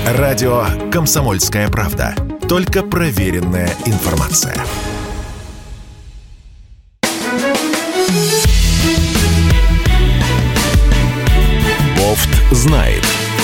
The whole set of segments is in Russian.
Радио «Комсомольская правда». Только проверенная информация. Бофт знает.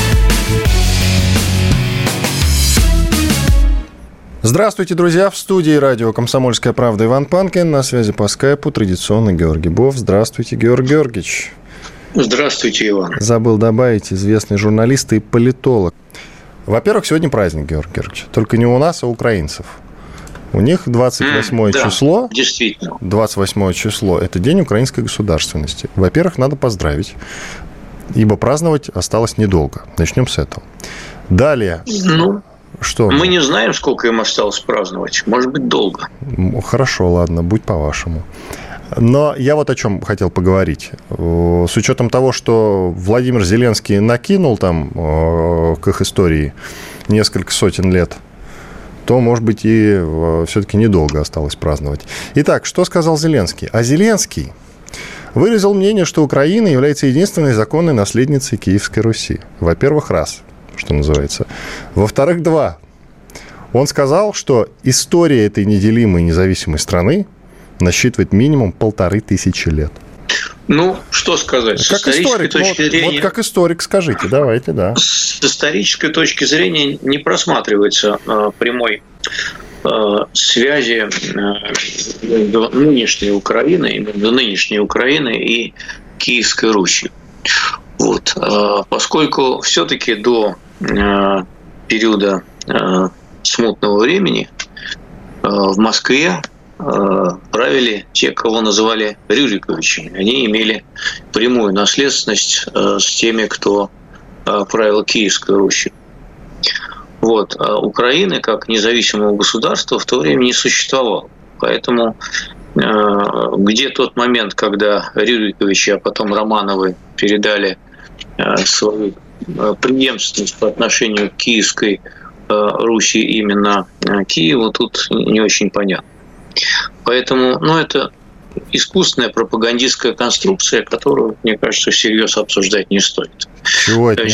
Здравствуйте, друзья! В студии радио «Комсомольская правда» Иван Панкин. На связи по скайпу традиционно Георгий Бофт. Здравствуйте, Георгий Георгиевич. Здравствуйте, Иван. Забыл добавить, известный журналист и политолог. Во-первых, сегодня праздник, Георгий Георгиевич. Только не у нас, а у украинцев. У них 28 число. Действительно. 28 число – это День украинской государственности. Во-первых, надо поздравить, ибо праздновать осталось недолго. Начнем с этого. Далее. Что? Мы не знаем, сколько им осталось праздновать. Может быть, долго. Хорошо, ладно, будь по-вашему. Но я вот о чем хотел поговорить. С учетом того, что Владимир Зеленский накинул там к их истории несколько сотен лет, то, может быть, и все-таки недолго осталось праздновать. Итак, что сказал Зеленский? А Зеленский выразил мнение, что Украина является единственной законной наследницей Киевской Руси. Во-первых, раз, что называется. Во-вторых, два. Он сказал, что история этой неделимой независимой страны насчитывает минимум 1500 лет. Ну, что сказать? С исторической точки зрения... Вот как историк скажите, давайте, да. С исторической точки зрения не просматривается прямой связи между нынешней Украиной и Киевской Русью. Вот. Поскольку все-таки до периода смутного времени в Москве правили те, кого называли Рюриковичами. Они имели прямую наследственность с теми, кто правил Киевской Русью. Вот. А Украины как независимого государства в то время не существовало. Поэтому где тот момент, когда Рюриковичи, а потом Романовы передали свою преемственность по отношению к Киевской Руси именно Киеву, тут не очень понятно. Поэтому, это искусственная пропагандистская конструкция, которую, мне кажется, всерьез обсуждать не стоит. Чего это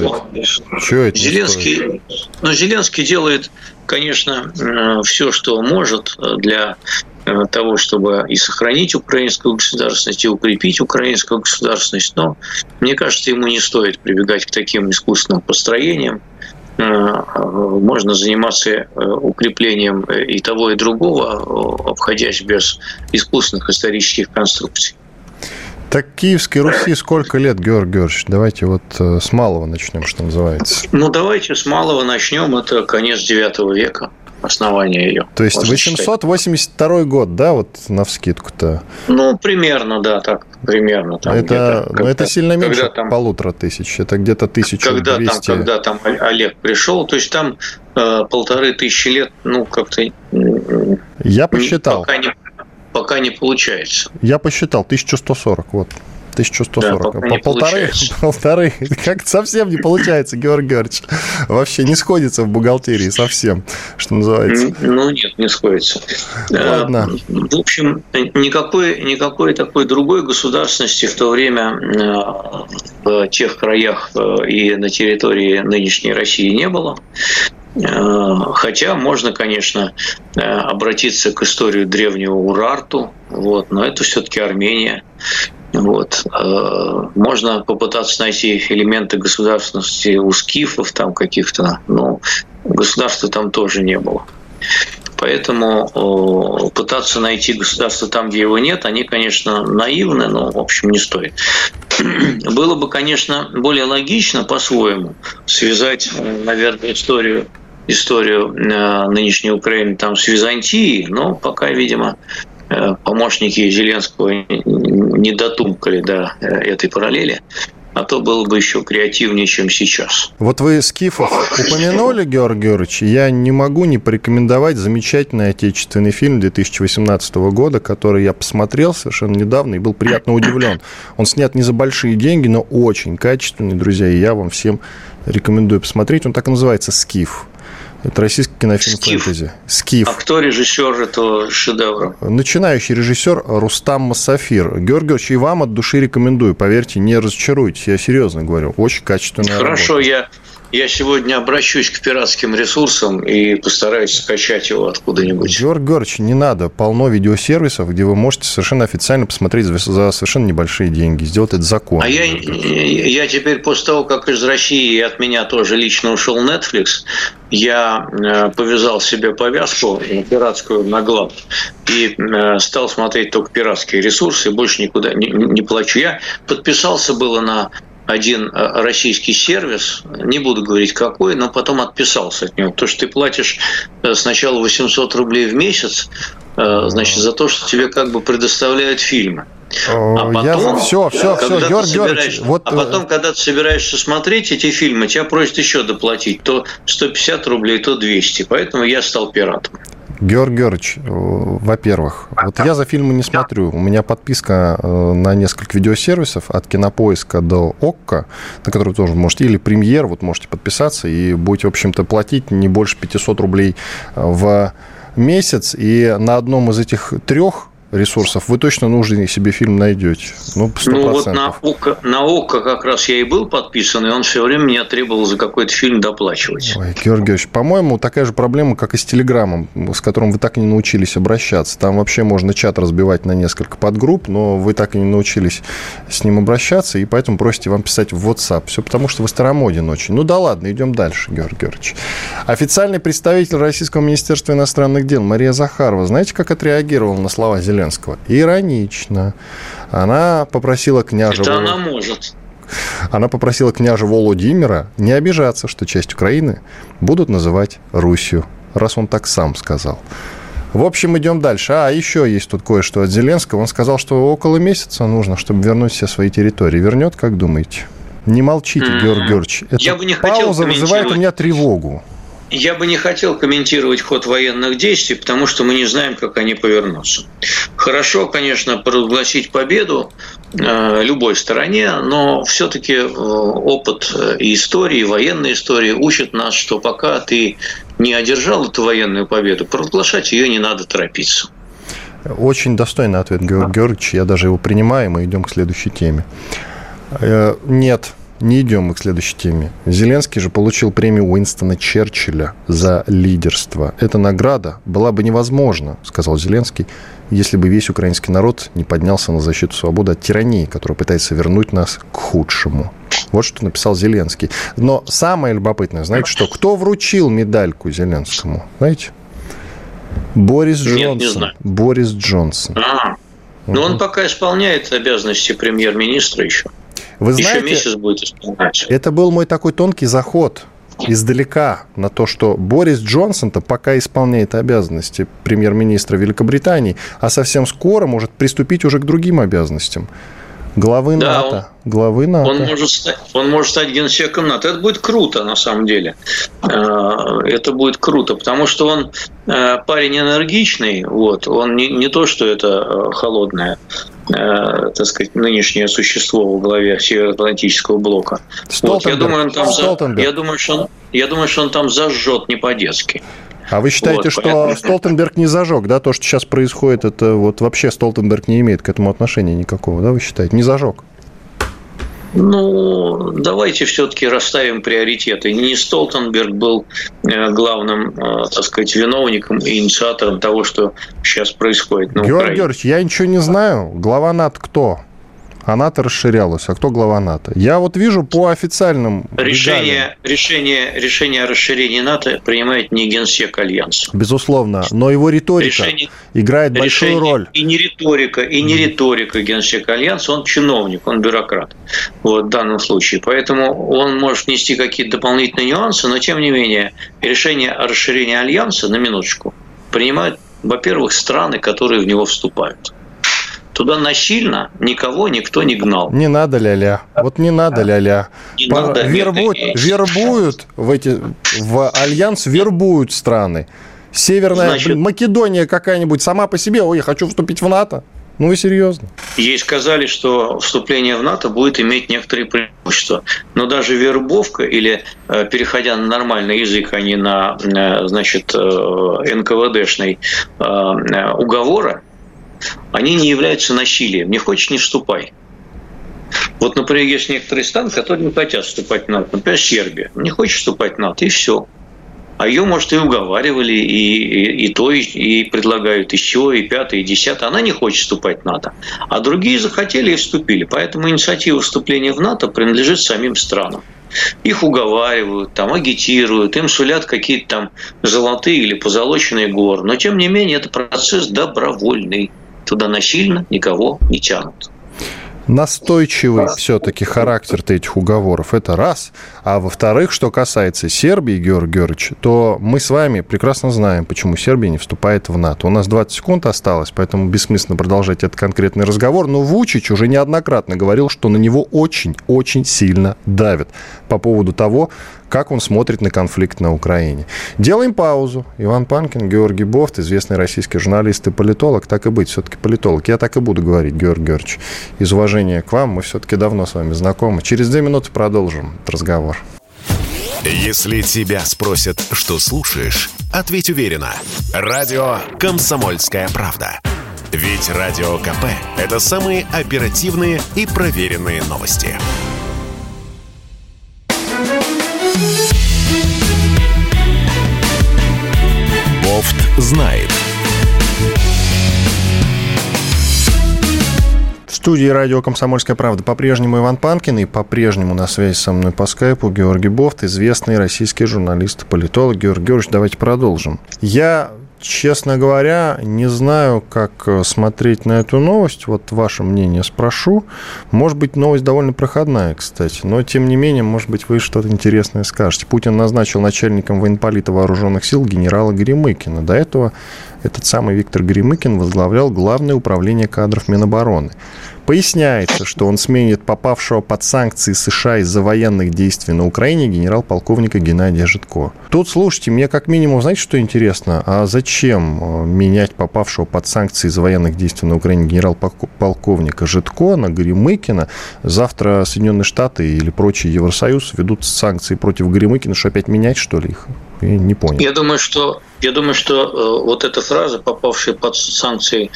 Зеленский делает, конечно, все, что может для того, чтобы и сохранить украинскую государственность, и укрепить украинскую государственность. Но, мне кажется, ему не стоит прибегать к таким искусственным построениям. Можно заниматься укреплением и того, и другого, обходясь без искусственных исторических конструкций. Так Киевской Руси сколько лет, Георгий Георгиевич? Давайте вот с малого начнем, что называется. Давайте с малого начнем. Это конец IX века, основание ее. То есть 882 год, да, вот навскидку-то? Примерно, да, так, примерно. Там это сильно меньше 1500, это где-то 1200. Когда там Олег пришел, то есть там 1500 лет, как-то... Я посчитал. Пока не получается. Я посчитал, 1140, вот. 1140. Да, полторы. Как-то совсем не получается, Георгий Георгиевич. Вообще не сходится в бухгалтерии совсем, что называется. Нет, не сходится. Ладно. В общем, никакой такой другой государственности в то время в тех краях и на территории нынешней России не было. Хотя можно, конечно, обратиться к истории древнего Урарту, но это все-таки Армения. Можно попытаться найти элементы государственности у скифов там каких-то, но государства там тоже не было. Поэтому пытаться найти государство там, где его нет, они, конечно, наивны, но, в общем, не стоит. Было бы, конечно, более логично по-своему связать, наверное, историю нынешней Украины там с Византией, но пока, видимо, помощники Зеленского не дотумкали до этой параллели, а то было бы еще креативнее, чем сейчас. Вот вы скифов упомянули, Георгий Георгиевич, я не могу не порекомендовать замечательный отечественный фильм 2018 года, который я посмотрел совершенно недавно и был приятно удивлен. Он снят не за большие деньги, но очень качественный, друзья, и я вам всем рекомендую посмотреть. Он так и называется «Скиф». Это российский кинофильм фэнтези. «Скиф». А кто режиссер этого шедевра? Начинающий режиссер Рустам Масафир. Георгий Георгиевич, и вам от души рекомендую. Поверьте, не разочаруйтесь. Я серьезно говорю. Очень качественная Хорошо, работа. Я сегодня обращусь к пиратским ресурсам и постараюсь скачать его откуда-нибудь. Георгий Георгиевич, не надо. Полно видеосервисов, где вы можете совершенно официально посмотреть за совершенно небольшие деньги. Сделать это законно. А я теперь, после того, как из России от меня тоже лично ушел Netflix, я повязал себе повязку пиратскую на глаз и стал смотреть только пиратские ресурсы, и больше никуда не плачу. Я подписался было на один российский сервис, не буду говорить какой, но потом отписался от него. Потому что ты платишь сначала 800 рублей в месяц, значит, за то, что тебе как бы предоставляют фильмы. А потом, когда ты собираешься смотреть эти фильмы, тебя просят еще доплатить то 150 рублей, то 200. Поэтому я стал пиратом. Георгий Георгиевич, во-первых, вот я за фильмы не смотрю. У меня подписка на несколько видеосервисов от Кинопоиска до ОККО, на который вы тоже можете, или Премьер, вот можете подписаться и будете, в общем-то, платить не больше 500 рублей в месяц. И на одном из этих трех ресурсов вы точно нужный себе фильм найдете. 100%. Ну вот на ОККО как раз я и был подписан, и он все время меня требовал за какой-то фильм доплачивать. Ой, Георгий Георгиевич, по-моему, такая же проблема, как и с Телеграмом, с которым вы так и не научились обращаться. Там вообще можно чат разбивать на несколько подгрупп, но вы так и не научились с ним обращаться, и поэтому просите вам писать в WhatsApp. Все потому, что вы старомоден очень. Ну да ладно, идем дальше, Георгий Георгиевич. Официальный представитель Российского министерства иностранных дел Мария Захарова, знаете, как отреагировала на слова Зеленского? Иронично. Она попросила княжа... Это она может. Она попросила княжа Володимира не обижаться, что часть Украины будут называть Русью, раз он так сам сказал. В общем, идем дальше. Еще есть тут кое-что от Зеленского. Он сказал, что около месяца нужно, чтобы вернуть все свои территории. Вернет, как думаете? Не молчите, Георгий Георгиевич. Эта пауза вызывает у меня тревогу. Я бы не хотел комментировать ход военных действий, потому что мы не знаем, как они повернутся. Хорошо, конечно, провозгласить победу любой стороне, но все-таки опыт и истории, военной истории учат нас, что пока ты не одержал эту военную победу, провозглашать ее не надо торопиться. Очень достойный ответ, Георгий Георгиевич. Я даже его принимаю, мы идем к следующей теме. Нет. Не идем мы к следующей теме. Зеленский же получил премию Уинстона Черчилля за лидерство. Эта награда была бы невозможна, сказал Зеленский, если бы весь украинский народ не поднялся на защиту свободы от тирании, которая пытается вернуть нас к худшему. Вот что написал Зеленский. Но самое любопытное, знаете что? Кто вручил медальку Зеленскому? Знаете? Борис Джонсон. Нет, не знаю. Борис Джонсон. Но он пока исполняет обязанности премьер-министра еще. Вы знаете, еще месяц будет исполнять. Это был мой такой тонкий заход издалека на то, что Борис Джонсон-то пока исполняет обязанности премьер-министра Великобритании, а совсем скоро может приступить уже к другим обязанностям. Главы НАТО. Он может стать генсеком НАТО. Это будет круто, на самом деле. Это будет круто, потому что он парень энергичный. Вот. Он не то, что это холодное, так сказать, нынешнее существо во главе Североатлантического блока. Вот. Я думаю, что он там зажжет не по-детски. А вы считаете, что Столтенберг не зажег, да? То, что сейчас происходит, это вот вообще Столтенберг не имеет к этому отношения никакого, да, вы считаете? Не зажег? Ну, давайте все-таки расставим приоритеты. Не Столтенберг был главным, так сказать, виновником и инициатором того, что сейчас происходит на Украине. Георгий Георгиевич, я ничего не знаю. Глава НАТО кто? А НАТО расширялось. А кто глава НАТО? Я вот вижу по официальным... Решение о расширении НАТО принимает не Генсек Альянса. Безусловно. Но его риторика играет большую роль. И не риторика Генсека Альянса. Он чиновник, он бюрократ. Вот в данном случае. Поэтому он может внести какие-то дополнительные нюансы, но тем не менее решение о расширении Альянса, на минуточку, принимают, во-первых, страны, которые в него вступают. Туда насильно никого никто не гнал. Не надо ля-ля. Вот не надо ля-ля. Вербуют в Альянс, вербуют страны. Северная Македония какая-нибудь сама по себе. Ой, я хочу вступить в НАТО. Ну вы серьезно? Ей сказали, что вступление в НАТО будет иметь некоторые преимущества. Но даже вербовка или, переходя на нормальный язык, а не на, значит, НКВДшный уговора, они не являются насилием. Не хочешь – не вступай. Вот, например, есть некоторые страны, которые не хотят вступать в НАТО. Например, Сербия не хочет вступать в НАТО, и все. А ее, может, и уговаривали, и то, и предлагают еще, и пятое, и десятое. Она не хочет вступать в НАТО. А другие захотели и вступили. Поэтому инициатива вступления в НАТО принадлежит самим странам. Их уговаривают, там, агитируют, им сулят какие-то там золотые или позолоченные горы. Но, тем не менее, это процесс добровольный. Туда насильно никого не тянут. Настойчивый все-таки характер-то этих уговоров, это раз. А во-вторых, что касается Сербии, Георгий Георгиевич, то мы с вами прекрасно знаем, почему Сербия не вступает в НАТО. У нас 20 секунд осталось, поэтому бессмысленно продолжать этот конкретный разговор. Но Вучич уже неоднократно говорил, что на него очень-очень сильно давят по поводу того, как он смотрит на конфликт на Украине. Делаем паузу. Иван Панкин, Георгий Бофт, известный российский журналист и политолог. Так и быть, все-таки политолог. Я так и буду говорить, Георгий Георгиевич. Из уважения к вам, мы все-таки давно с вами знакомы. Через 2 минуты продолжим разговор. Если тебя спросят, что слушаешь, ответь уверенно. Радио «Комсомольская правда». Ведь Радио КП – это самые оперативные и проверенные новости. Бофт знает. В студии радио «Комсомольская правда» по-прежнему Иван Панкин, и по-прежнему на связи со мной по скайпу Георгий Бофт, известный российский журналист и политолог. Георгий Георгиевич, давайте продолжим. Я, честно говоря, не знаю, как смотреть на эту новость. Вот ваше мнение спрошу. Может быть, новость довольно проходная, кстати, но, тем не менее, может быть, вы что-то интересное скажете. Путин назначил начальником военполита вооруженных сил генерала Горемыкина. До этого этот самый Виктор Горемыкин возглавлял Главное управление кадров Минобороны. Поясняется, что он сменит попавшего под санкции США из-за военных действий на Украине генерал-полковника Геннадия Житко. Тут, слушайте, мне как минимум, знаете, что интересно? А зачем менять попавшего под санкции из-за военных действий на Украине генерал-полковника Житко на Горемыкина? Завтра Соединенные Штаты или прочий Евросоюз ведут санкции против Горемыкина, что опять менять, что ли, их? Я не понял. Я думаю, что вот эта фраза, попавшая под санкции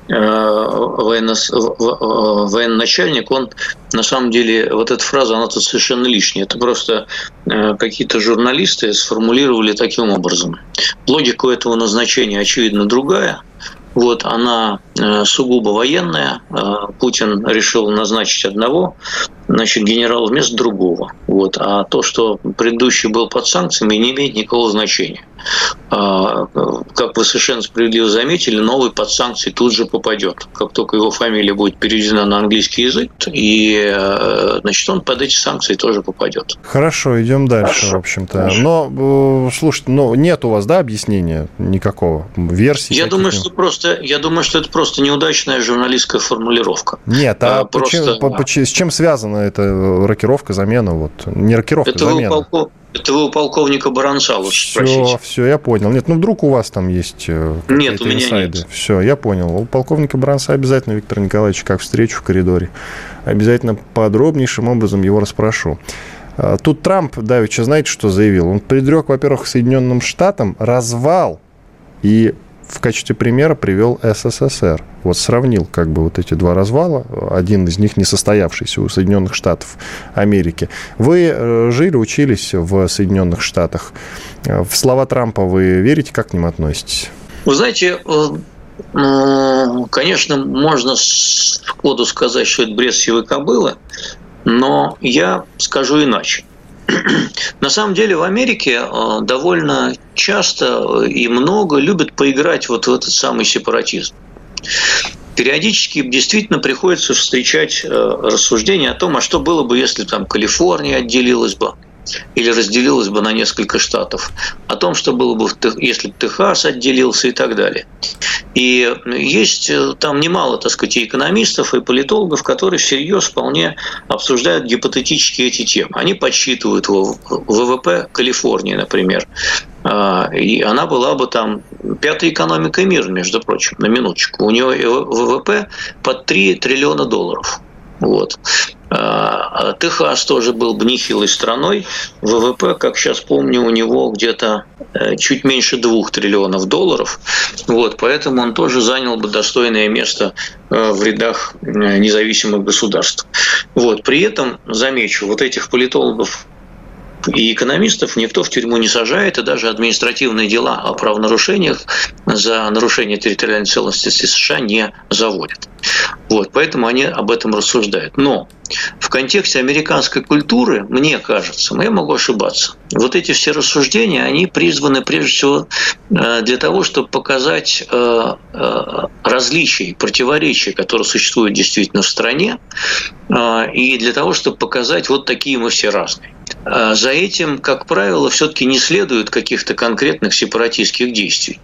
военачальник, он на самом деле, вот эта фраза, она тут совершенно лишняя. Это просто какие-то журналисты сформулировали таким образом. Логика у этого назначения, очевидно, другая. Вот, она сугубо военная. Путин решил назначить одного, значит, генерала вместо другого. Вот. А то, что предыдущий был под санкциями, не имеет никакого значения. Как вы совершенно справедливо заметили, новый под санкции тут же попадет. Как только его фамилия будет переведена на английский язык, и, значит, он под эти санкции тоже попадет. Хорошо, идем дальше, в общем-то. Но, слушайте, нет у вас, да, объяснения никакого? Версии? Я думаю, что это просто неудачная журналистская формулировка. Нет, с чем связана эта рокировка, замена? Вот, не рокировка, замена. Это вы у полковника Баранца лучше спросите. Все, я понял. Нет, вдруг у вас там есть какие-то нет, у меня инсайды. Нет. Все, я понял. У полковника Баранца обязательно, Виктор Николаевич, как встречу в коридоре, обязательно подробнейшим образом его расспрошу. Тут Трамп давеча, знаете, что заявил? Он предрек, во-первых, Соединенным Штатам развал и в качестве примера привел СССР. Вот сравнил как бы вот эти два развала. Один из них не состоявшийся у Соединенных Штатов Америки. Вы жили, учились в Соединенных Штатах. В слова Трампа вы верите? Как к ним относитесь? Вы знаете, конечно, можно сходу сказать, что это бред сивой кобылы, но я скажу иначе. На самом деле в Америке довольно часто и много любят поиграть вот в этот самый сепаратизм. Периодически действительно приходится встречать рассуждения о том, а что было бы, если там Калифорния отделилась бы или разделилась бы на несколько штатов, о том, что было бы, если бы Техас отделился и так далее. И есть там немало, так сказать, и экономистов, и политологов, которые всерьез вполне обсуждают гипотетически эти темы. Они подсчитывают ВВП Калифорнии, например, и она была бы там пятой экономикой мира, между прочим, на минуточку. У нее ВВП под $3 триллиона. Вот. Техас тоже был бы нехилой страной. ВВП, как сейчас помню, у него где-то чуть меньше $2 триллионов. Вот, поэтому он тоже занял бы достойное место в рядах независимых государств. Вот, при этом, замечу, вот этих политологов и экономистов никто в тюрьму не сажает, и даже административные дела о правонарушениях за нарушение территориальной целостности США не заводят. Вот, поэтому они об этом рассуждают. Но в контексте американской культуры, мне кажется, я могу ошибаться, вот эти все рассуждения, они призваны прежде всего для того, чтобы показать различия и противоречия, которые существуют действительно в стране, и для того, чтобы показать, вот такие мы все разные. За этим, как правило, все-таки не следует каких-то конкретных сепаратистских действий.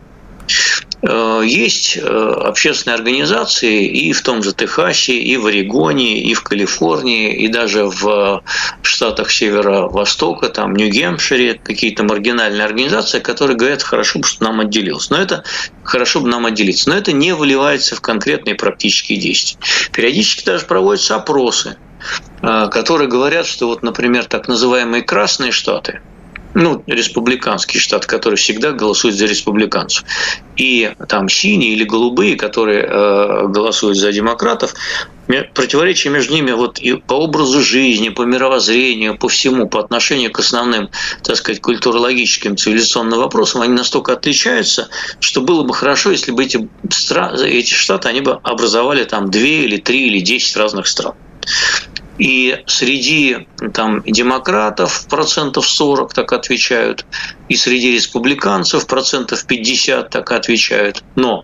Есть общественные организации и в том же Техасе, и в Орегоне, и в Калифорнии, и даже в штатах Северо-Востока, там, в Нью-Гэмпшире, какие-то маргинальные организации, которые говорят, хорошо бы, что нам отделилось. Но это хорошо бы нам отделиться. Но это не выливается в конкретные практические действия. Периодически даже проводятся опросы, которые говорят, что вот, например, так называемые красные штаты, республиканский штат, который всегда голосует за республиканцев, и там синие или голубые, которые голосуют за демократов, противоречия между ними вот и по образу жизни, по мировоззрению, по всему, по отношению к основным, так сказать, культурологическим, цивилизационным вопросам, они настолько отличаются, что было бы хорошо, если бы эти штаты, они бы образовали там 2 или 3 или 10 разных стран. И среди там демократов 40% так отвечают, и среди республиканцев 50% так отвечают. Но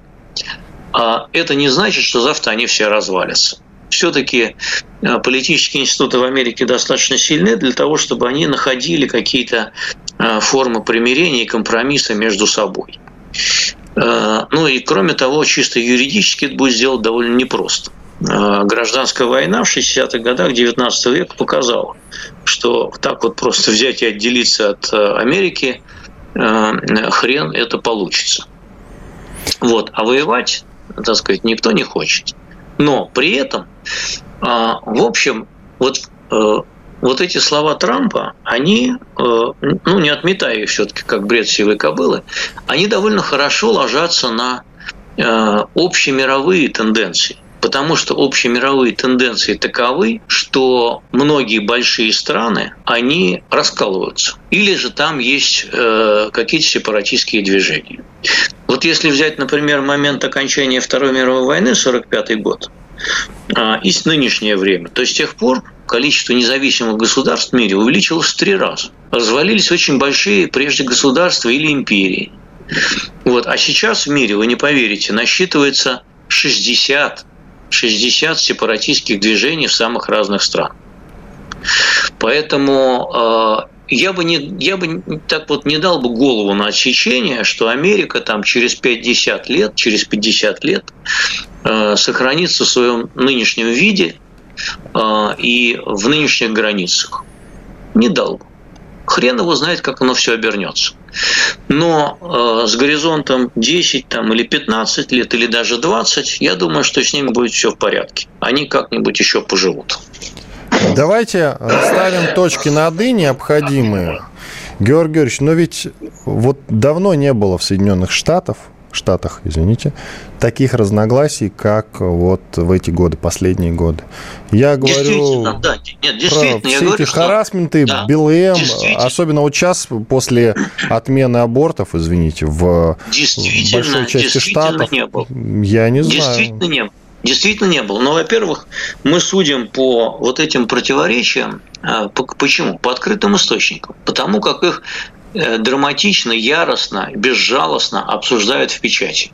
это не значит, что завтра они все развалятся. Все-таки политические институты в Америке достаточно сильны для того, чтобы они находили какие-то формы примирения и компромисса между собой. И кроме того, чисто юридически это будет сделать довольно непросто. Гражданская война в 60-х годах XIX века показала, что так вот просто взять и отделиться от Америки хрен это получится. Вот. А воевать, так сказать, никто не хочет. Но при этом, в общем, вот эти слова Трампа, они, не отметая их все-таки как бред сивой кобылы, они довольно хорошо ложатся на общемировые тенденции. Потому что общемировые тенденции таковы, что многие большие страны, они раскалываются. Или же там есть какие-то сепаратистские движения. Вот если взять, например, момент окончания Второй мировой войны, 1945 год, и с нынешнее время, то с тех пор количество независимых государств в мире увеличилось в 3 раза. Развалились очень большие, прежде государства или империи. Вот. А сейчас в мире, вы не поверите, насчитывается 60 сепаратистских движений в самых разных странах. Поэтому я бы так вот не дал бы голову на отсечение, что Америка там через 50 лет сохранится в своем нынешнем виде и в нынешних границах. Не дал бы. Хрен его знает, как оно все обернется. Но с горизонтом 10 или 15 лет, или даже 20, я думаю, что с ними будет все в порядке. Они как-нибудь еще поживут. Давайте расставим точки над «и» необходимые. Георгий Георгиевич, но ведь вот давно не было в Соединенных Штатах, таких разногласий, как вот в эти годы, последние годы. Я говорю про все эти харассменты, БЛМ, особенно вот сейчас, после отмены абортов, извините, в большой части штатов, не было. Я не знаю. Действительно не было. Но, во-первых, мы судим по вот этим противоречиям. Почему? По открытым источникам. Потому как их драматично, яростно, безжалостно обсуждают в печати.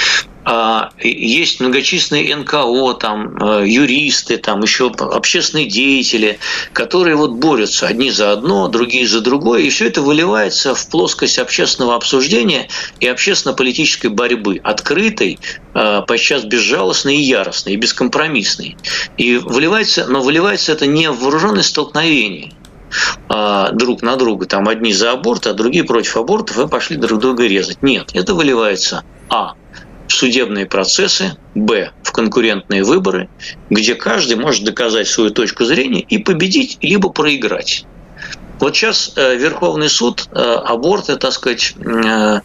Есть многочисленные НКО, там, юристы, там, еще общественные деятели, которые вот борются одни за одно, другие за другое, и все это выливается в плоскость общественного обсуждения и общественно-политической борьбы, открытой, подчас безжалостной и яростной, и бескомпромиссной. И выливается это не в вооруженное столкновение друг на друга, там одни за аборт, а другие против абортов, и пошли друг друга резать. Нет, это выливается в судебные процессы, б, в конкурентные выборы, где каждый может доказать свою точку зрения и победить, либо проиграть. Вот сейчас Верховный суд аборты, так сказать, он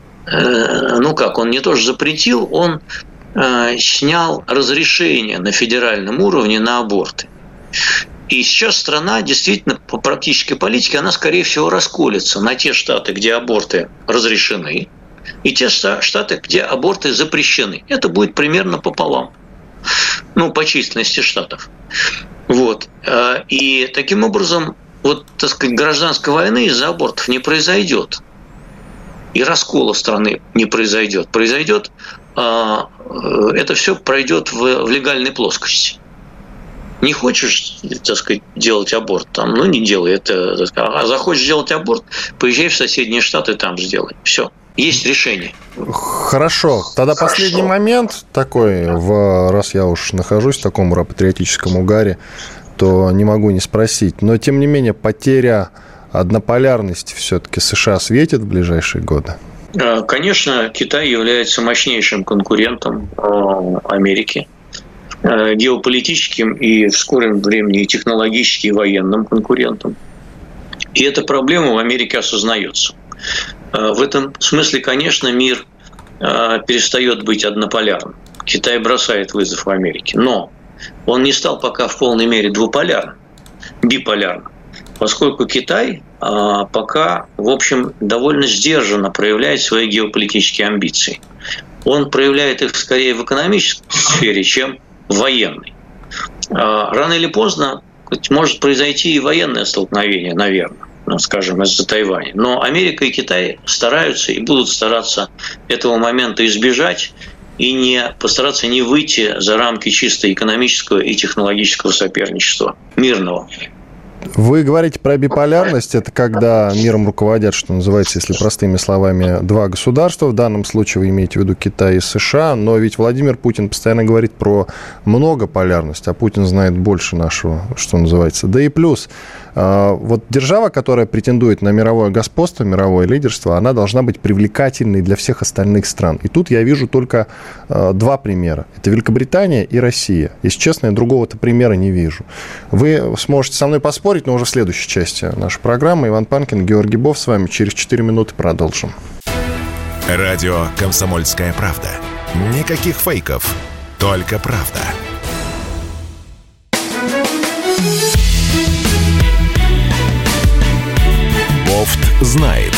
не тоже запретил, он снял разрешение на федеральном уровне на аборты. И сейчас страна действительно по практической политике, она, скорее всего, расколется на те штаты, где аборты разрешены, и те штаты, где аборты запрещены. Это будет примерно пополам. По численности штатов. Вот. И таким образом, гражданской войны из-за абортов не произойдет. И раскола страны не произойдет. Это все пройдет в легальной плоскости. Не хочешь, делать аборт, не делай это. А захочешь делать аборт, поезжай в соседние штаты, там сделай. Все. Есть решение. Хорошо. Тогда последний момент такой, раз я уж нахожусь в таком патриотическом угаре, то не могу не спросить. Но, тем не менее, потеря однополярности все-таки США светит в ближайшие годы? Конечно, Китай является мощнейшим конкурентом Америки. Геополитическим и в скором времени и технологически, и военным конкурентом. И эта проблема в Америке осознается. В этом смысле, конечно, мир перестает быть однополярным. Китай бросает вызов Америке. Но он не стал пока в полной мере двуполярным, биполярным, поскольку Китай пока, в общем, довольно сдержанно проявляет свои геополитические амбиции. Он проявляет их скорее в экономической сфере, чем в военной. Рано или поздно может произойти и военное столкновение, наверное, из-за Тайваня. Но Америка и Китай стараются и будут стараться этого момента избежать и постараться не выйти за рамки чисто экономического и технологического соперничества, мирного. Вы говорите про биполярность. Это когда миром руководят, что называется, если простыми словами, два государства. В данном случае вы имеете в виду Китай и США. Но ведь Владимир Путин постоянно говорит про многополярность, а Путин знает больше нашего, что называется. Да и плюс, держава, которая претендует на мировое господство, мировое лидерство, она должна быть привлекательной для всех остальных стран. И тут я вижу только два примера. Это Великобритания и Россия. Если честно, я другого-то примера не вижу. Вы сможете со мной поспорить, но уже в следующей части нашей программы. Иван Панкин, Георгий Бофт с вами. Через 4 минуты продолжим. Радио «Комсомольская правда». Никаких фейков, только правда. Бофт знает.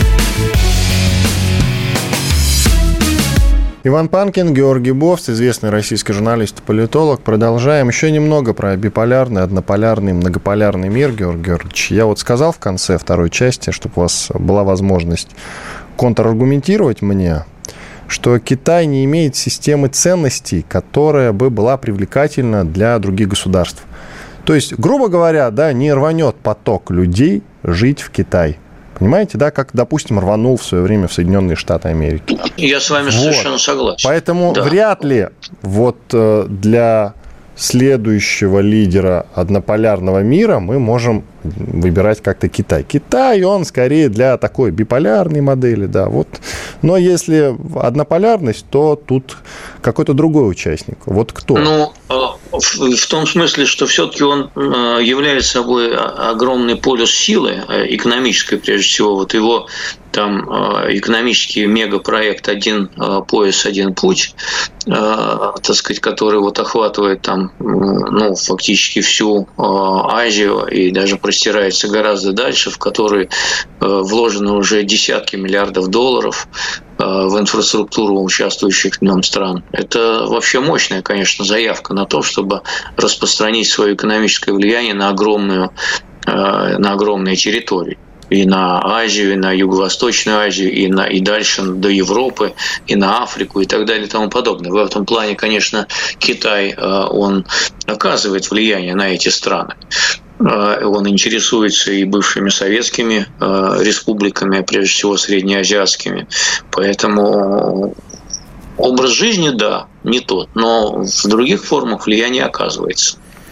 Иван Панкин, Георгий Бофт, известный российский журналист и политолог. Продолжаем еще немного про биполярный, однополярный, многополярный мир, Георгий Георгиевич. Я сказал в конце второй части, чтобы у вас была возможность контраргументировать мне, что Китай не имеет системы ценностей, которая бы была привлекательна для других государств. То есть, грубо говоря, не рванет поток людей жить в Китай. Понимаете, как, допустим, рванул в свое время в Соединенные Штаты Америки. Я с вами совершенно согласен. Поэтому вряд ли для следующего лидера однополярного мира мы можем выбирать как-то Китай. Китай, он скорее для такой биполярной модели, Но если однополярность, то тут какой-то другой участник. Кто? В том смысле, что все-таки он является собой огромный полюс силы, экономической прежде всего. Его экономический мегапроект «Один пояс, один путь», который охватывает фактически всю Азию и даже простирается гораздо дальше, в который вложено уже десятки миллиардов долларов в инфраструктуру участвующих в нем стран. Это вообще мощная, конечно, заявка на то, чтобы распространить свое экономическое влияние на огромные территории. И на Азию, и на Юго-Восточную Азию, и дальше до Европы, и на Африку, и так далее, и тому подобное. В этом плане, конечно, Китай, он оказывает влияние на эти страны. Он интересуется и бывшими советскими республиками, прежде всего среднеазиатскими. Поэтому образ жизни, не тот, но в других формах влияние оказывается.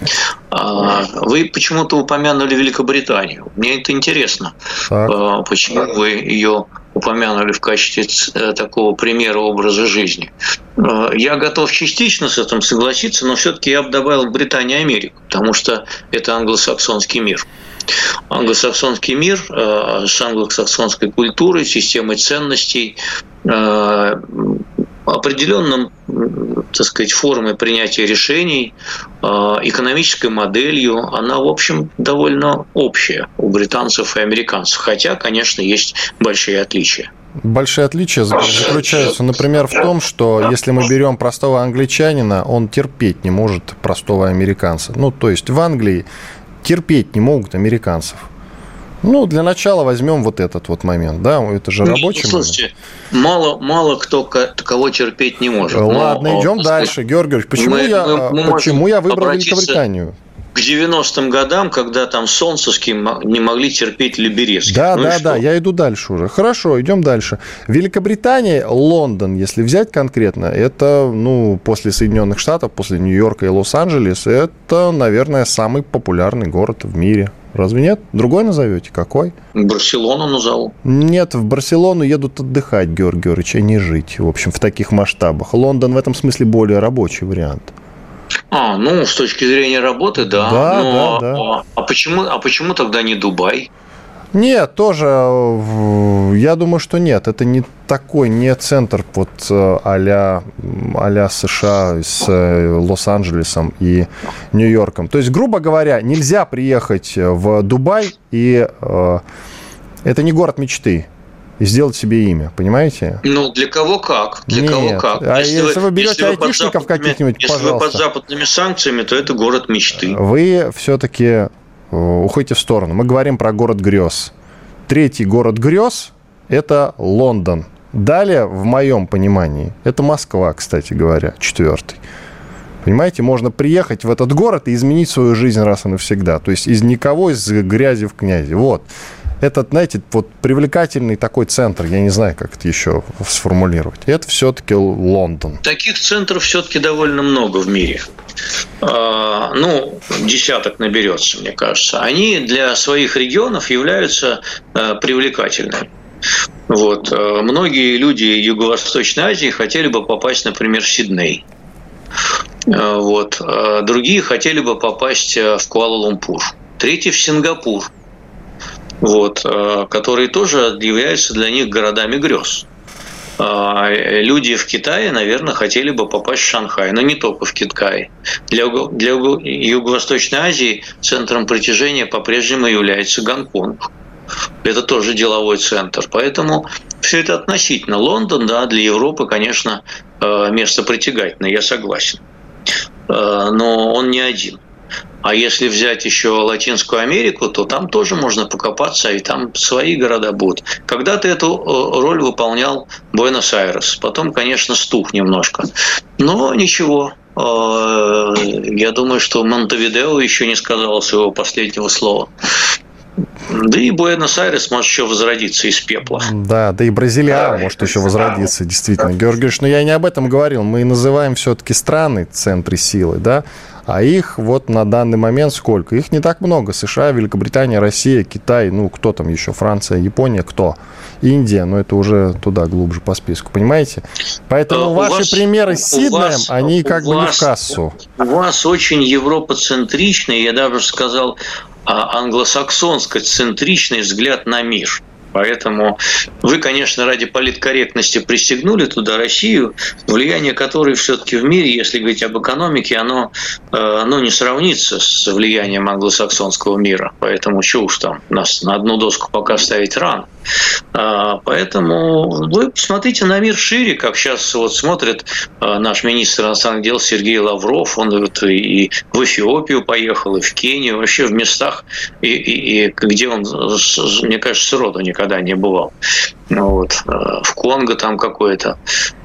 Вы почему-то упомянули Великобританию. Мне это интересно. Почему вы ее упомянули в качестве такого примера образа жизни? Я готов частично с этим согласиться, но все-таки я бы добавил Британию и Америку, потому что это англосаксонский мир. Англосаксонский мир с англосаксонской культурой, системой ценностей, определенным, так сказать, формой принятия решений, экономической моделью, она, в общем, довольно общая у британцев и американцев. Хотя, конечно, есть большие отличия. Большие отличия заключаются, например, в том, что если мы берем простого англичанина, он терпеть не может простого американца. Ну, то есть в Англии терпеть не могут американцев. Ну, для начала возьмем вот этот вот момент, да, это же рабочий момент. Слушайте, мало кто кого терпеть не может. Ладно, идем дальше. Георгий Георгиевич, почему я выбрал Великобританию? К 90-м годам, когда там Солнцевский не могли терпеть Либерецкий. Да, я иду дальше уже. Хорошо, идем дальше. Великобритания, Лондон, если взять конкретно, это, после Соединенных Штатов, после Нью-Йорка и Лос-Анджелеса, это, наверное, самый популярный город в мире. Разве нет? Другой назовете? Какой? Барселону назову. Нет, в Барселону едут отдыхать, Георгий Георгиевич, а не жить, в общем, в таких масштабах. Лондон в этом смысле более рабочий вариант. С точки зрения работы, да. Да. А почему тогда не Дубай? Нет, тоже, я думаю, что нет. Это не такой, не центр вот а-ля США с Лос-Анджелесом и Нью-Йорком. То есть, грубо говоря, нельзя приехать в Дубай, и это не город мечты, и сделать себе имя, понимаете? Для кого как? Кого как? А если вы берете айтишников каких-нибудь, если пожалуйста. Если вы под западными санкциями, то это город мечты. Вы все-таки уходите в сторону. Мы говорим про город грез. Третий город грез – это Лондон. Далее, в моем понимании, это Москва, кстати говоря, четвертый. Понимаете, можно приехать в этот город и изменить свою жизнь раз и навсегда. То есть из никого, из грязи в князи. Вот. Это, знаете, вот привлекательный такой центр, я не знаю, как это еще сформулировать. Это все-таки Лондон. Таких центров все-таки довольно много в мире. Десяток наберется, мне кажется. Они для своих регионов являются привлекательными. Вот. Многие люди Юго-Восточной Азии хотели бы попасть, например, в Сидней. Вот. Другие хотели бы попасть в Куала-Лумпур. Третий в Сингапур. Вот, которые тоже являются для них городами грез. Люди в Китае, наверное, хотели бы попасть в Шанхай, но не только в Китае. Для Юго-Восточной Азии центром притяжения по-прежнему является Гонконг. Это тоже деловой центр. Поэтому все это относительно. Лондон, да, для Европы, конечно, место притягательное, я согласен. Но он не один. А если взять еще Латинскую Америку, то там тоже можно покопаться, и там свои города будут. Когда-то эту роль выполнял Буэнос-Айрес. Потом, конечно, стух немножко. Но ничего. Я думаю, что Монтевидео еще не сказал своего последнего слова. Да и Буэнос-Айрес может еще возродиться из пепла. Да и Бразилия может еще возродиться, действительно. Георгий Георгиевич, но я не об этом говорил. Мы называем все-таки страны центры силы, да? А их вот на данный момент сколько? Их не так много. США, Великобритания, Россия, Китай, кто там еще? Франция, Япония, кто? Индия, но это уже туда глубже по списку, понимаете? Поэтому ваши примеры с Сиднеем, они как бы не в кассу. У вас очень европоцентричный, я даже сказал, англосаксонско-центричный взгляд на мир. Поэтому вы, конечно, ради политкорректности пристегнули туда Россию, влияние которой все-таки в мире, если говорить об экономике, оно не сравнится с влиянием англосаксонского мира. Поэтому что уж там, нас на одну доску пока ставить рано. Поэтому вы посмотрите на мир шире, как сейчас вот смотрит наш министр иностранных дел Сергей Лавров. Он вот и в Эфиопию поехал, и в Кению, вообще в местах, и где он, мне кажется, сроду никогда не бывал. Вот. В Конго там какой-то.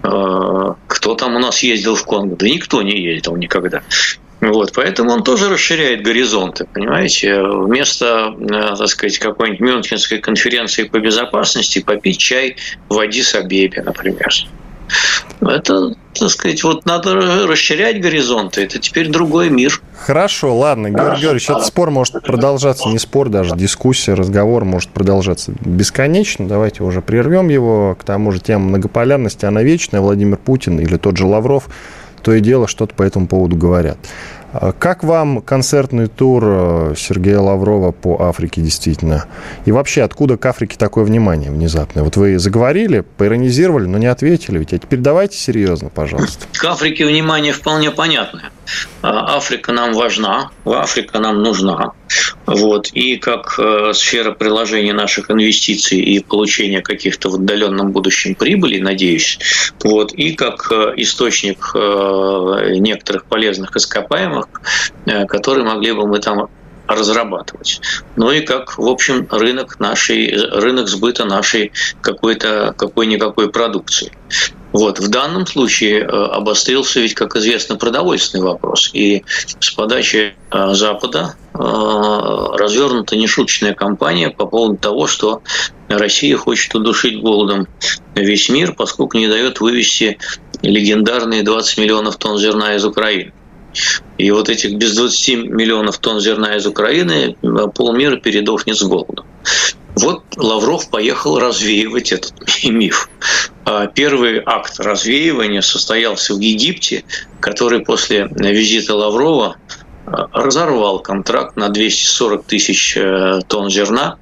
Кто там у нас ездил в Конго? Да никто не ездил никогда. Вот, поэтому он тоже расширяет горизонты, понимаете? Вместо, так сказать, какой-нибудь Мюнхенской конференции по безопасности попить чай в Аддис-Абебе, например. Это, так сказать, вот надо расширять горизонты. Это теперь другой мир. Хорошо, ладно, Георгий Георгиевич, этот спор может продолжаться, не спор даже, дискуссия, разговор может продолжаться бесконечно. Давайте уже прервем его. К тому же тема многополярности, она вечная. Владимир Путин или тот же Лавров то и дело что-то по этому поводу говорят. Как вам концертный тур Сергея Лаврова по Африке действительно? И вообще, откуда к Африке такое внимание внезапное? Вот вы заговорили, поиронизировали, но не ответили. Ведь. А теперь давайте серьезно, пожалуйста. К Африке внимание вполне понятное. Африка нам важна, Африка нам нужна. Вот. И как сфера приложения наших инвестиций и получения каких-то в отдаленном будущем прибыли, надеюсь, вот, и как источник некоторых полезных ископаемых, которые могли бы мы там разрабатывать. Ну и как, в общем, рынок сбыта нашей какой-никакой продукции. Вот. В данном случае обострился ведь, как известно, продовольственный вопрос. И с подачи Запада развернута нешуточная кампания по поводу того, что Россия хочет удушить голодом весь мир, поскольку не дает вывести легендарные 20 миллионов тонн зерна из Украины. И вот этих без 20 миллионов тонн зерна из Украины полмира передохнет с голодом. Вот Лавров поехал развеивать этот миф. Первый акт развеивания состоялся в Египте, который после визита Лаврова разорвал контракт на 240 тысяч тонн зерна.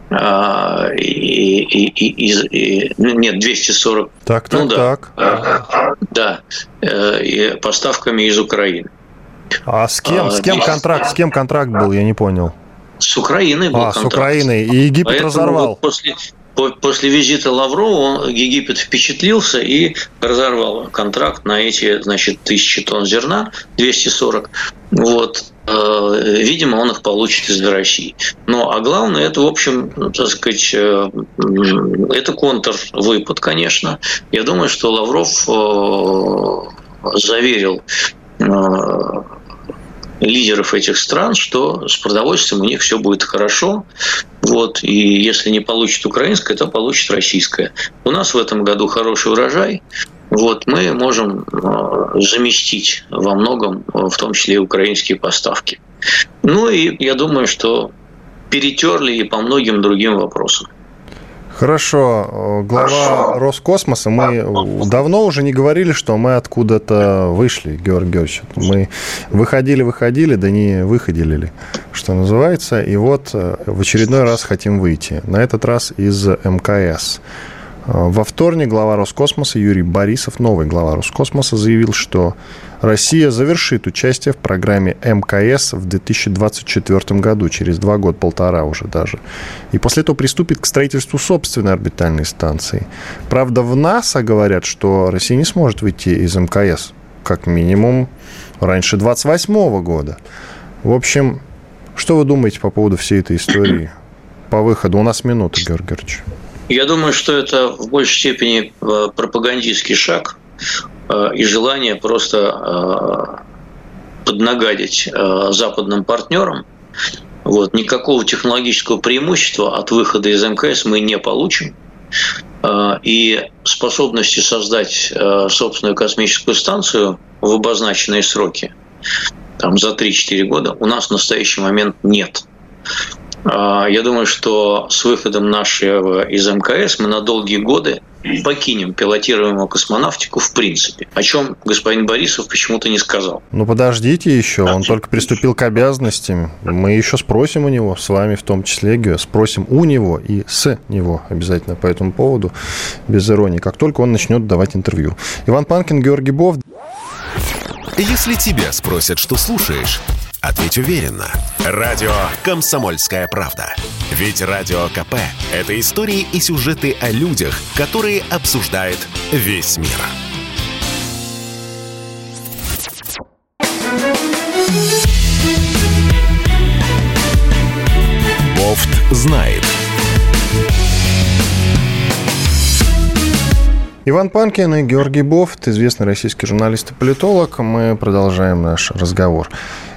Нет, 240. Да, и поставками из Украины. А с кем контракт был, я не понял. С Украиной был контракт. С Украиной. И Египет поэтому разорвал. Вот после визита Лаврова Египет впечатлился и разорвал контракт на эти, 1000 тонн зерна, 240. Вот. Видимо, он их получит из России. А главное, это, в общем, так сказать, это контрвыпад, конечно. Я думаю, что Лавров заверил лидеров этих стран, что с продовольствием у них все будет хорошо. Вот, и если не получит украинское, то получит российское. У нас в этом году хороший урожай. Вот, мы можем заместить во многом, в том числе и украинские поставки. Ну и я думаю, что перетерли и по многим другим вопросам. Хорошо. Глава Роскосмоса, мы давно уже не говорили, что мы откуда-то вышли, Георгий Георгиевич. Мы выходили, да не выходили ли, что называется. И вот в очередной раз хотим выйти. На этот раз из МКС. Во вторник глава Роскосмоса Юрий Борисов, новый глава Роскосмоса, заявил, что Россия завершит участие в программе МКС в 2024 году, через 2 года, полтора уже даже. И после этого приступит к строительству собственной орбитальной станции. Правда, в НАСА говорят, что Россия не сможет выйти из МКС, как минимум, раньше 2028 года. В общем, что вы думаете по поводу всей этой истории по выходу? У нас минута, Георгий Георгиевич. Я думаю, что это в большей степени пропагандистский шаг и желание просто поднагадить западным партнерам. Вот. Никакого технологического преимущества от выхода из МКС мы не получим. И способности создать собственную космическую станцию в обозначенные сроки, там, за 3-4 года, у нас в настоящий момент нет. Я думаю, что с выходом нашего из МКС мы на долгие годы покинем пилотируемую космонавтику в принципе, о чем господин Борисов почему-то не сказал. Ну, подождите еще, он только приступил к обязанностям. Мы еще спросим у него, с вами в том числе, Гео, спросим у него и с него обязательно по этому поводу, без иронии, как только он начнет давать интервью. Иван Панкин, Георгий Бов. Если тебя спросят, что слушаешь, ответь уверенно. Радио «Комсомольская правда». Ведь Радио КП – это истории и сюжеты о людях, которые обсуждает весь мир. Бофт знает. Иван Панкин и Георгий Бофт, известный российский журналист и политолог. Мы продолжаем наш разговор.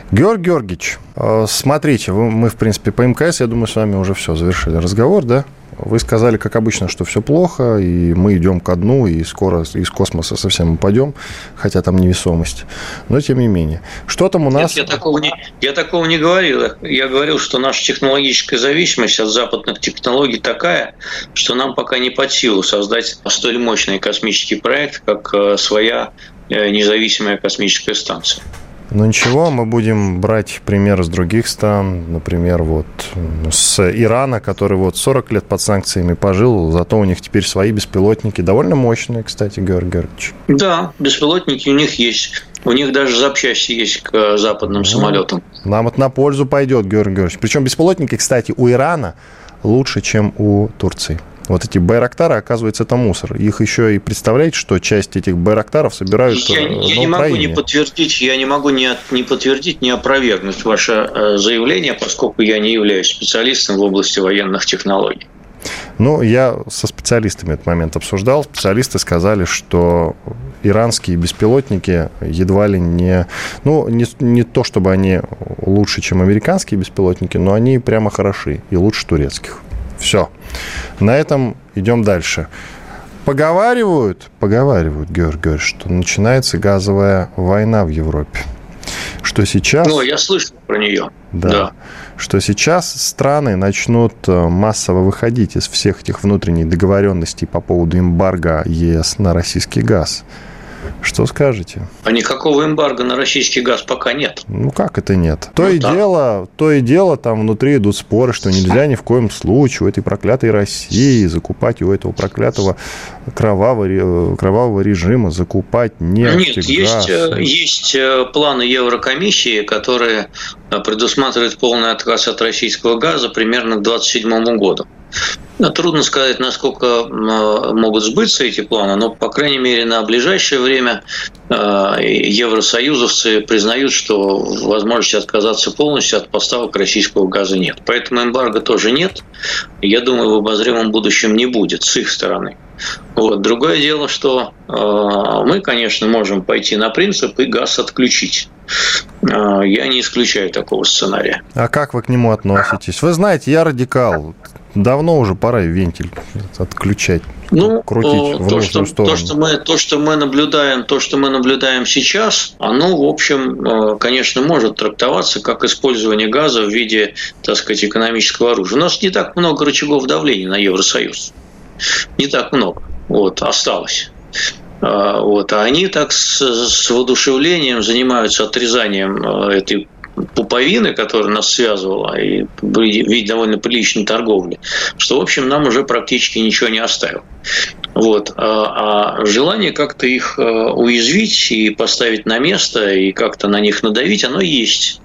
Георгий Георгиевич, смотрите, мы, в принципе, по МКС, я думаю, с вами уже все, завершили разговор, да? Вы сказали, как обычно, что все плохо, и мы идем ко дну, и скоро из космоса совсем упадем, хотя там невесомость. Но тем не менее. Что там у нас? Нет, я такого не говорил. Я говорил, что наша технологическая зависимость от западных технологий такая, что нам пока не под силу создать столь мощный космический проект, как своя независимая космическая станция. Ну ничего, мы будем брать пример из других стран, например, вот с Ирана, который вот 40 лет под санкциями пожил, зато у них теперь свои беспилотники, довольно мощные, кстати, Георгий Георгиевич. Да, беспилотники у них есть. У них даже запчасти есть к западным самолетам. Нам это на пользу пойдет, Георгий Георгиевич. Причем беспилотники, кстати, у Ирана лучше, чем у Турции. Вот эти байрактары, оказывается, это мусор. Их еще и представляете, что часть этих байрактаров собирают на Украине. Я не могу не подтвердить, не подтвердить, не опровергнуть ваше заявление, поскольку я не являюсь специалистом в области военных технологий. Ну, я со специалистами этот момент обсуждал. Специалисты сказали, что иранские беспилотники едва ли не... Ну, не то, чтобы они лучше, чем американские беспилотники, но они прямо хороши и лучше турецких. Все. На этом идем дальше. Поговаривают, Георгий Георгиевич, что начинается газовая война в Европе. Что сейчас... Ну, я слышал про нее. Да. Что сейчас страны начнут массово выходить из всех этих внутренних договоренностей по поводу эмбарго ЕС на российский газ. Что скажете? А никакого эмбарго на российский газ пока нет. Ну, как это нет? То и дело, там внутри идут споры, что нельзя ни в коем случае у этой проклятой России закупать, у этого проклятого кровавого режима закупать нефть и газ. Есть планы Еврокомиссии, которые предусматривают полный отказ от российского газа примерно к 2027 году. Трудно сказать, насколько могут сбыться эти планы, но, по крайней мере, на ближайшее время евросоюзовцы признают, что возможности отказаться полностью от поставок российского газа нет. Поэтому эмбарго тоже нет. Я думаю, в обозримом будущем не будет с их стороны. Вот. Другое дело, что мы, конечно, можем пойти на принцип и газ отключить. Я не исключаю такого сценария. А как вы к нему относитесь? Вы знаете, я радикал. Давно уже пора вентиль отключать, крутить в нужную сторону. То, что мы наблюдаем сейчас, оно, в общем, конечно, может трактоваться как использование газа в виде, так сказать, экономического оружия. У нас не так много рычагов давления на Евросоюз. Не так много. Осталось. А они так с воодушевлением занимаются отрезанием этой пуповины, которая нас связывала, и в довольно приличной торговли, что, в общем, нам уже практически ничего не оставило. А желание как-то их уязвить и поставить на место, и как-то на них надавить, оно есть.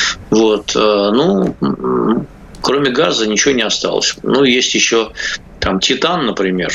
Кроме газа ничего не осталось. Есть еще там титан, например.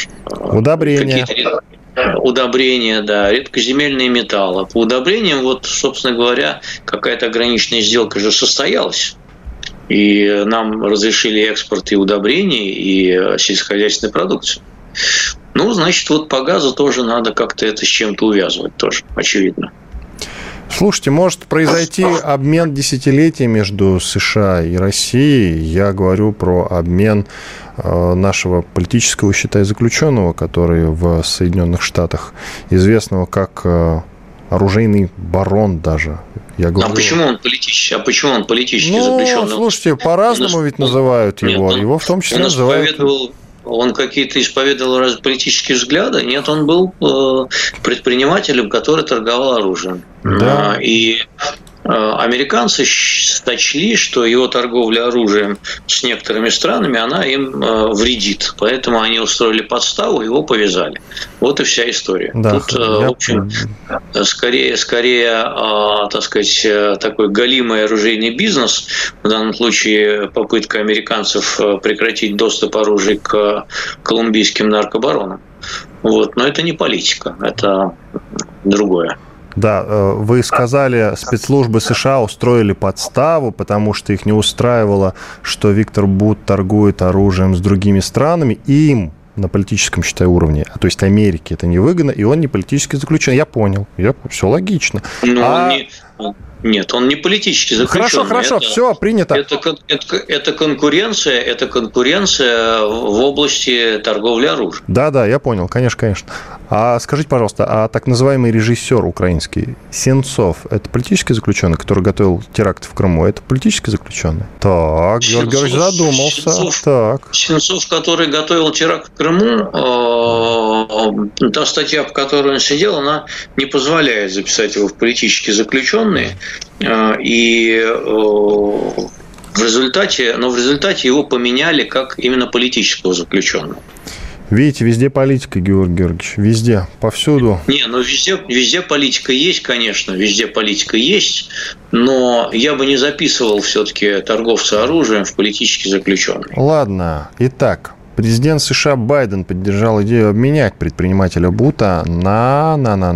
Удобрения, да, редкоземельные металлы. По удобрениям, собственно говоря, какая-то ограниченная сделка же состоялась. И нам разрешили экспорт и удобрений, и сельскохозяйственной продукции. Значит, по газу тоже надо как-то это с чем-то увязывать, тоже, очевидно. Слушайте, может произойти обмен десятилетий между США и Россией. Я говорю про обмен нашего политического, считай, заключенного, который в Соединенных Штатах, известного как оружейный барон даже. Я говорю... Почему он политический заключенный? Слушайте, по-разному ведь называют его. Его в том числе называют... Он какие-то исповедовал политические взгляды? Нет, он был предпринимателем, который торговал оружием. Да. И американцы сочли, что его торговля оружием с некоторыми странами, она им вредит. Поэтому они устроили подставу, его повязали. Вот и вся история. Да, тут, в общем, скорее, так сказать, такой галимый оружейный бизнес, в данном случае попытка американцев прекратить доступ оружия к колумбийским наркобаронам. Но это не политика, это другое. Да, вы сказали, спецслужбы США устроили подставу, потому что их не устраивало, что Виктор Бут торгует оружием с другими странами, и им на политическом, считай, уровне, то есть Америке это невыгодно, и он не политически заключен. Я понял, все логично. Нет, он не политически заключенный. Хорошо, все, принято. Это конкуренция в области торговли оружием. Да, я понял, конечно. А скажите, пожалуйста, а так называемый режиссер украинский Сенцов, это политический заключенный, который готовил теракты в Крыму, это политический заключенный? Так, Георгий Георгиевич задумался. Сенцов, который готовил теракт в Крыму, та статья, по которой он сидел, она не позволяет записать его в политически заключенные. И в результате его поменяли как именно политического заключенного. Видите, везде политика, Георгий Георгиевич, везде, повсюду. Везде политика есть, конечно, везде политика есть, но я бы не записывал все-таки торговца оружием в политически заключенные. Ладно, итак, президент США Байден поддержал идею обменять предпринимателя Бута на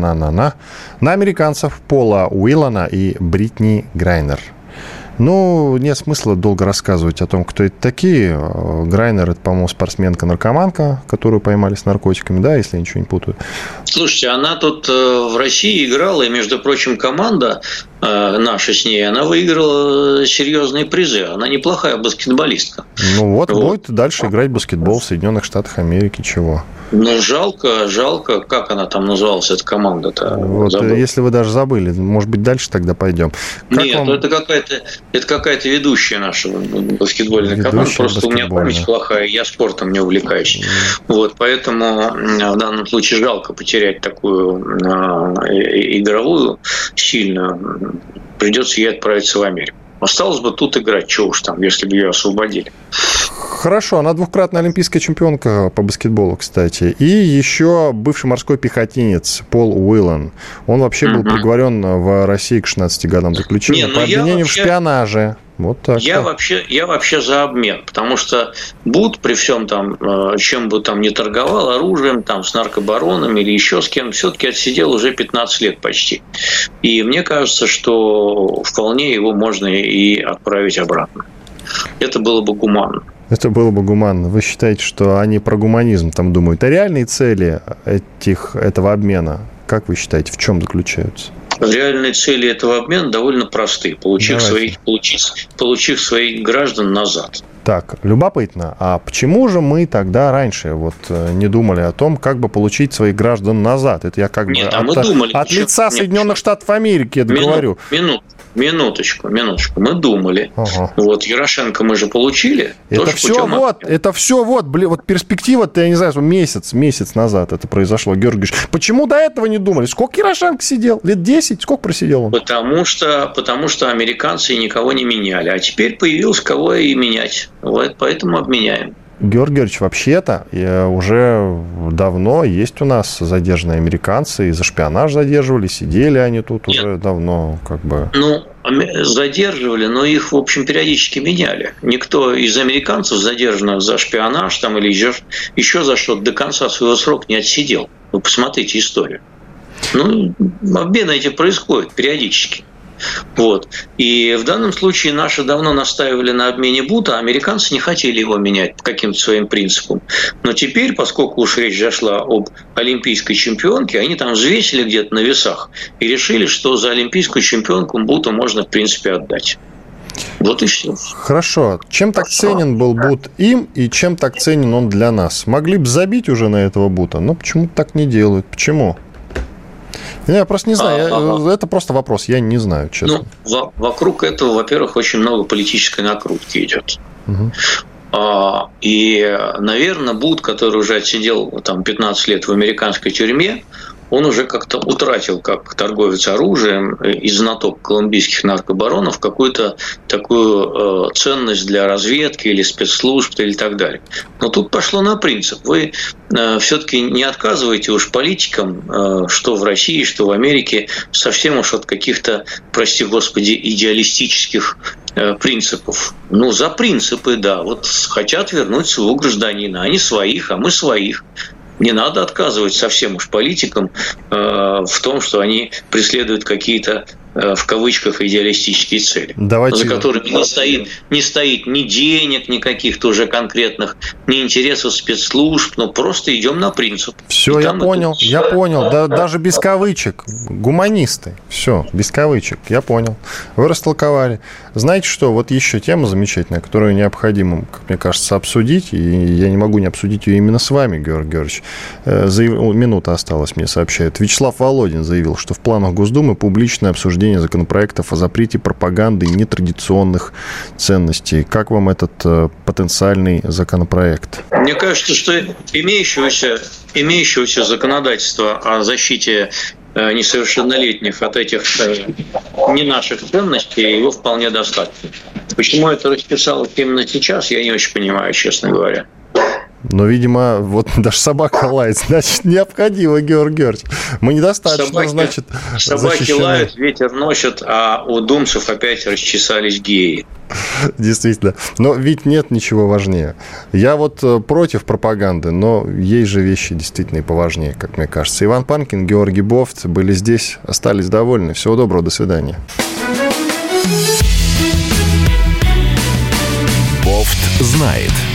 американцев Пола Уиллана и Бритни Грайнер. Ну, нет смысла долго рассказывать о том, кто это такие. Грайнер – это, по-моему, спортсменка-наркоманка, которую поймали с наркотиками, да, если я ничего не путаю. Слушайте, она тут в России играла, и, между прочим, команда наша с ней, она выиграла серьезные призы. Она неплохая баскетболистка. Ну вот, будет дальше играть в баскетбол в Соединенных Штатах Америки, чего? Ну, жалко, как она там называлась, эта команда-то? Вот, если вы даже забыли, может быть, дальше тогда пойдем. Нет, это какая-то ведущая наша баскетбольная команда. Просто у меня память плохая, я спортом не увлекаюсь. Вот, поэтому в данном случае жалко потерять такую игровую сильную. Придется ей отправиться в Америку. Осталось бы тут играть, чего уж там, если бы ее освободили. Хорошо, она двукратная олимпийская чемпионка по баскетболу, кстати. И еще бывший морской пехотинец Пол Уиллан. Он вообще был приговорен в России к 16 годам заключения по обвинению в шпионаже. Вот так. Я вообще за обмен, потому что Бут при всем там, чем бы там ни торговал, оружием, там, с наркобаронами или еще с кем, все-таки отсидел уже 15 лет почти. И мне кажется, что вполне его можно и отправить обратно. Это было бы гуманно. Это было бы гуманно. Вы считаете, что они про гуманизм там думают? А реальные цели этого обмена, как вы считаете, в чем заключаются? Реальные цели этого обмена довольно просты. Получив своих граждан назад. Так, любопытно. А почему же мы тогда раньше не думали о том, как бы получить своих граждан назад? Это я от лица Соединенных Штатов Америки говорю. Минуточку. Мы думали. Ага. Вот Ярошенко мы же получили. Это все перспектива-то, я не знаю, месяц назад это произошло. Георгий Георгиевич, почему до этого не думали? Сколько Ярошенко сидел? Лет 10? Сколько просидел он? Потому что американцы никого не меняли. А теперь появилось кого и менять. Вот поэтому обменяем. Георгий Георгиевич, вообще-то уже давно есть у нас задержанные американцы, и за шпионаж задерживали, сидели они тут уже давно, как бы... Ну, задерживали, но их, в общем, периодически меняли. Никто из американцев, задержанных за шпионаж там, или еще за что-то, до конца своего срока не отсидел. Вы посмотрите историю. Ну, обмены эти происходят периодически. Вот. И в данном случае наши давно настаивали на обмене Бута, а американцы не хотели его менять по каким-то своим принципам. Но теперь, поскольку уж речь зашла об олимпийской чемпионке, они там взвесили где-то на весах и решили, что за олимпийскую чемпионку Бута можно, в принципе, отдать. Вот и все. Хорошо. Чем так ценен был Бут им, и чем так ценен он для нас? Могли бы забить уже на этого Бута, но почему-то так не делают. Почему? Я просто не знаю, это просто вопрос, я не знаю, честно. Ну, вокруг этого, во-первых, очень много политической накрутки идет. Угу. И, наверное, Бут, который уже отсидел там 15 лет в американской тюрьме, он уже как-то утратил, как торговец оружием и знаток колумбийских наркобаронов, какую-то такую ценность для разведки или спецслужб или так далее. Но тут пошло на принцип. Вы все-таки не отказываете уж политикам, что в России, что в Америке, совсем уж от каких-то, прости господи, идеалистических принципов. Ну, за принципы, да. Вот хотят вернуть своего гражданина. Они своих, а мы своих. Не надо отказывать совсем уж политикам в том, что они преследуют какие-то в кавычках идеалистические цели, за которыми не стоит ни денег никаких уже конкретных, ни интересов спецслужб, но просто идем на принцип. Все, я понял. Да, даже без кавычек. Гуманисты. Все, без кавычек. Я понял. Вы растолковали. Знаете что, вот еще тема замечательная, которую необходимо, как мне кажется, обсудить, и я не могу не обсудить ее именно с вами, Георгий Георгиевич. Минута осталась, мне сообщают. Вячеслав Володин заявил, что в планах Госдумы публичное обсуждение законопроектов о запрете пропаганды нетрадиционных ценностей. Как вам этот потенциальный законопроект? Мне кажется, что имеющегося законодательства о защите несовершеннолетних от этих не наших ценностей, его вполне достаточно. Почему это расписалось именно сейчас, я не очень понимаю, честно говоря. Но, видимо, вот даже собака лает, значит, необходимо, Георгий Георгиевич. Мы недостаточно, собаки лают, ветер носит, а у думцев опять расчесались геи. Действительно. Но ведь нет ничего важнее. Я вот против пропаганды, но есть же вещи действительно и поважнее, как мне кажется. Иван Панкин, Георгий Бофт были здесь, остались довольны. Всего доброго, до свидания. Бофт знает.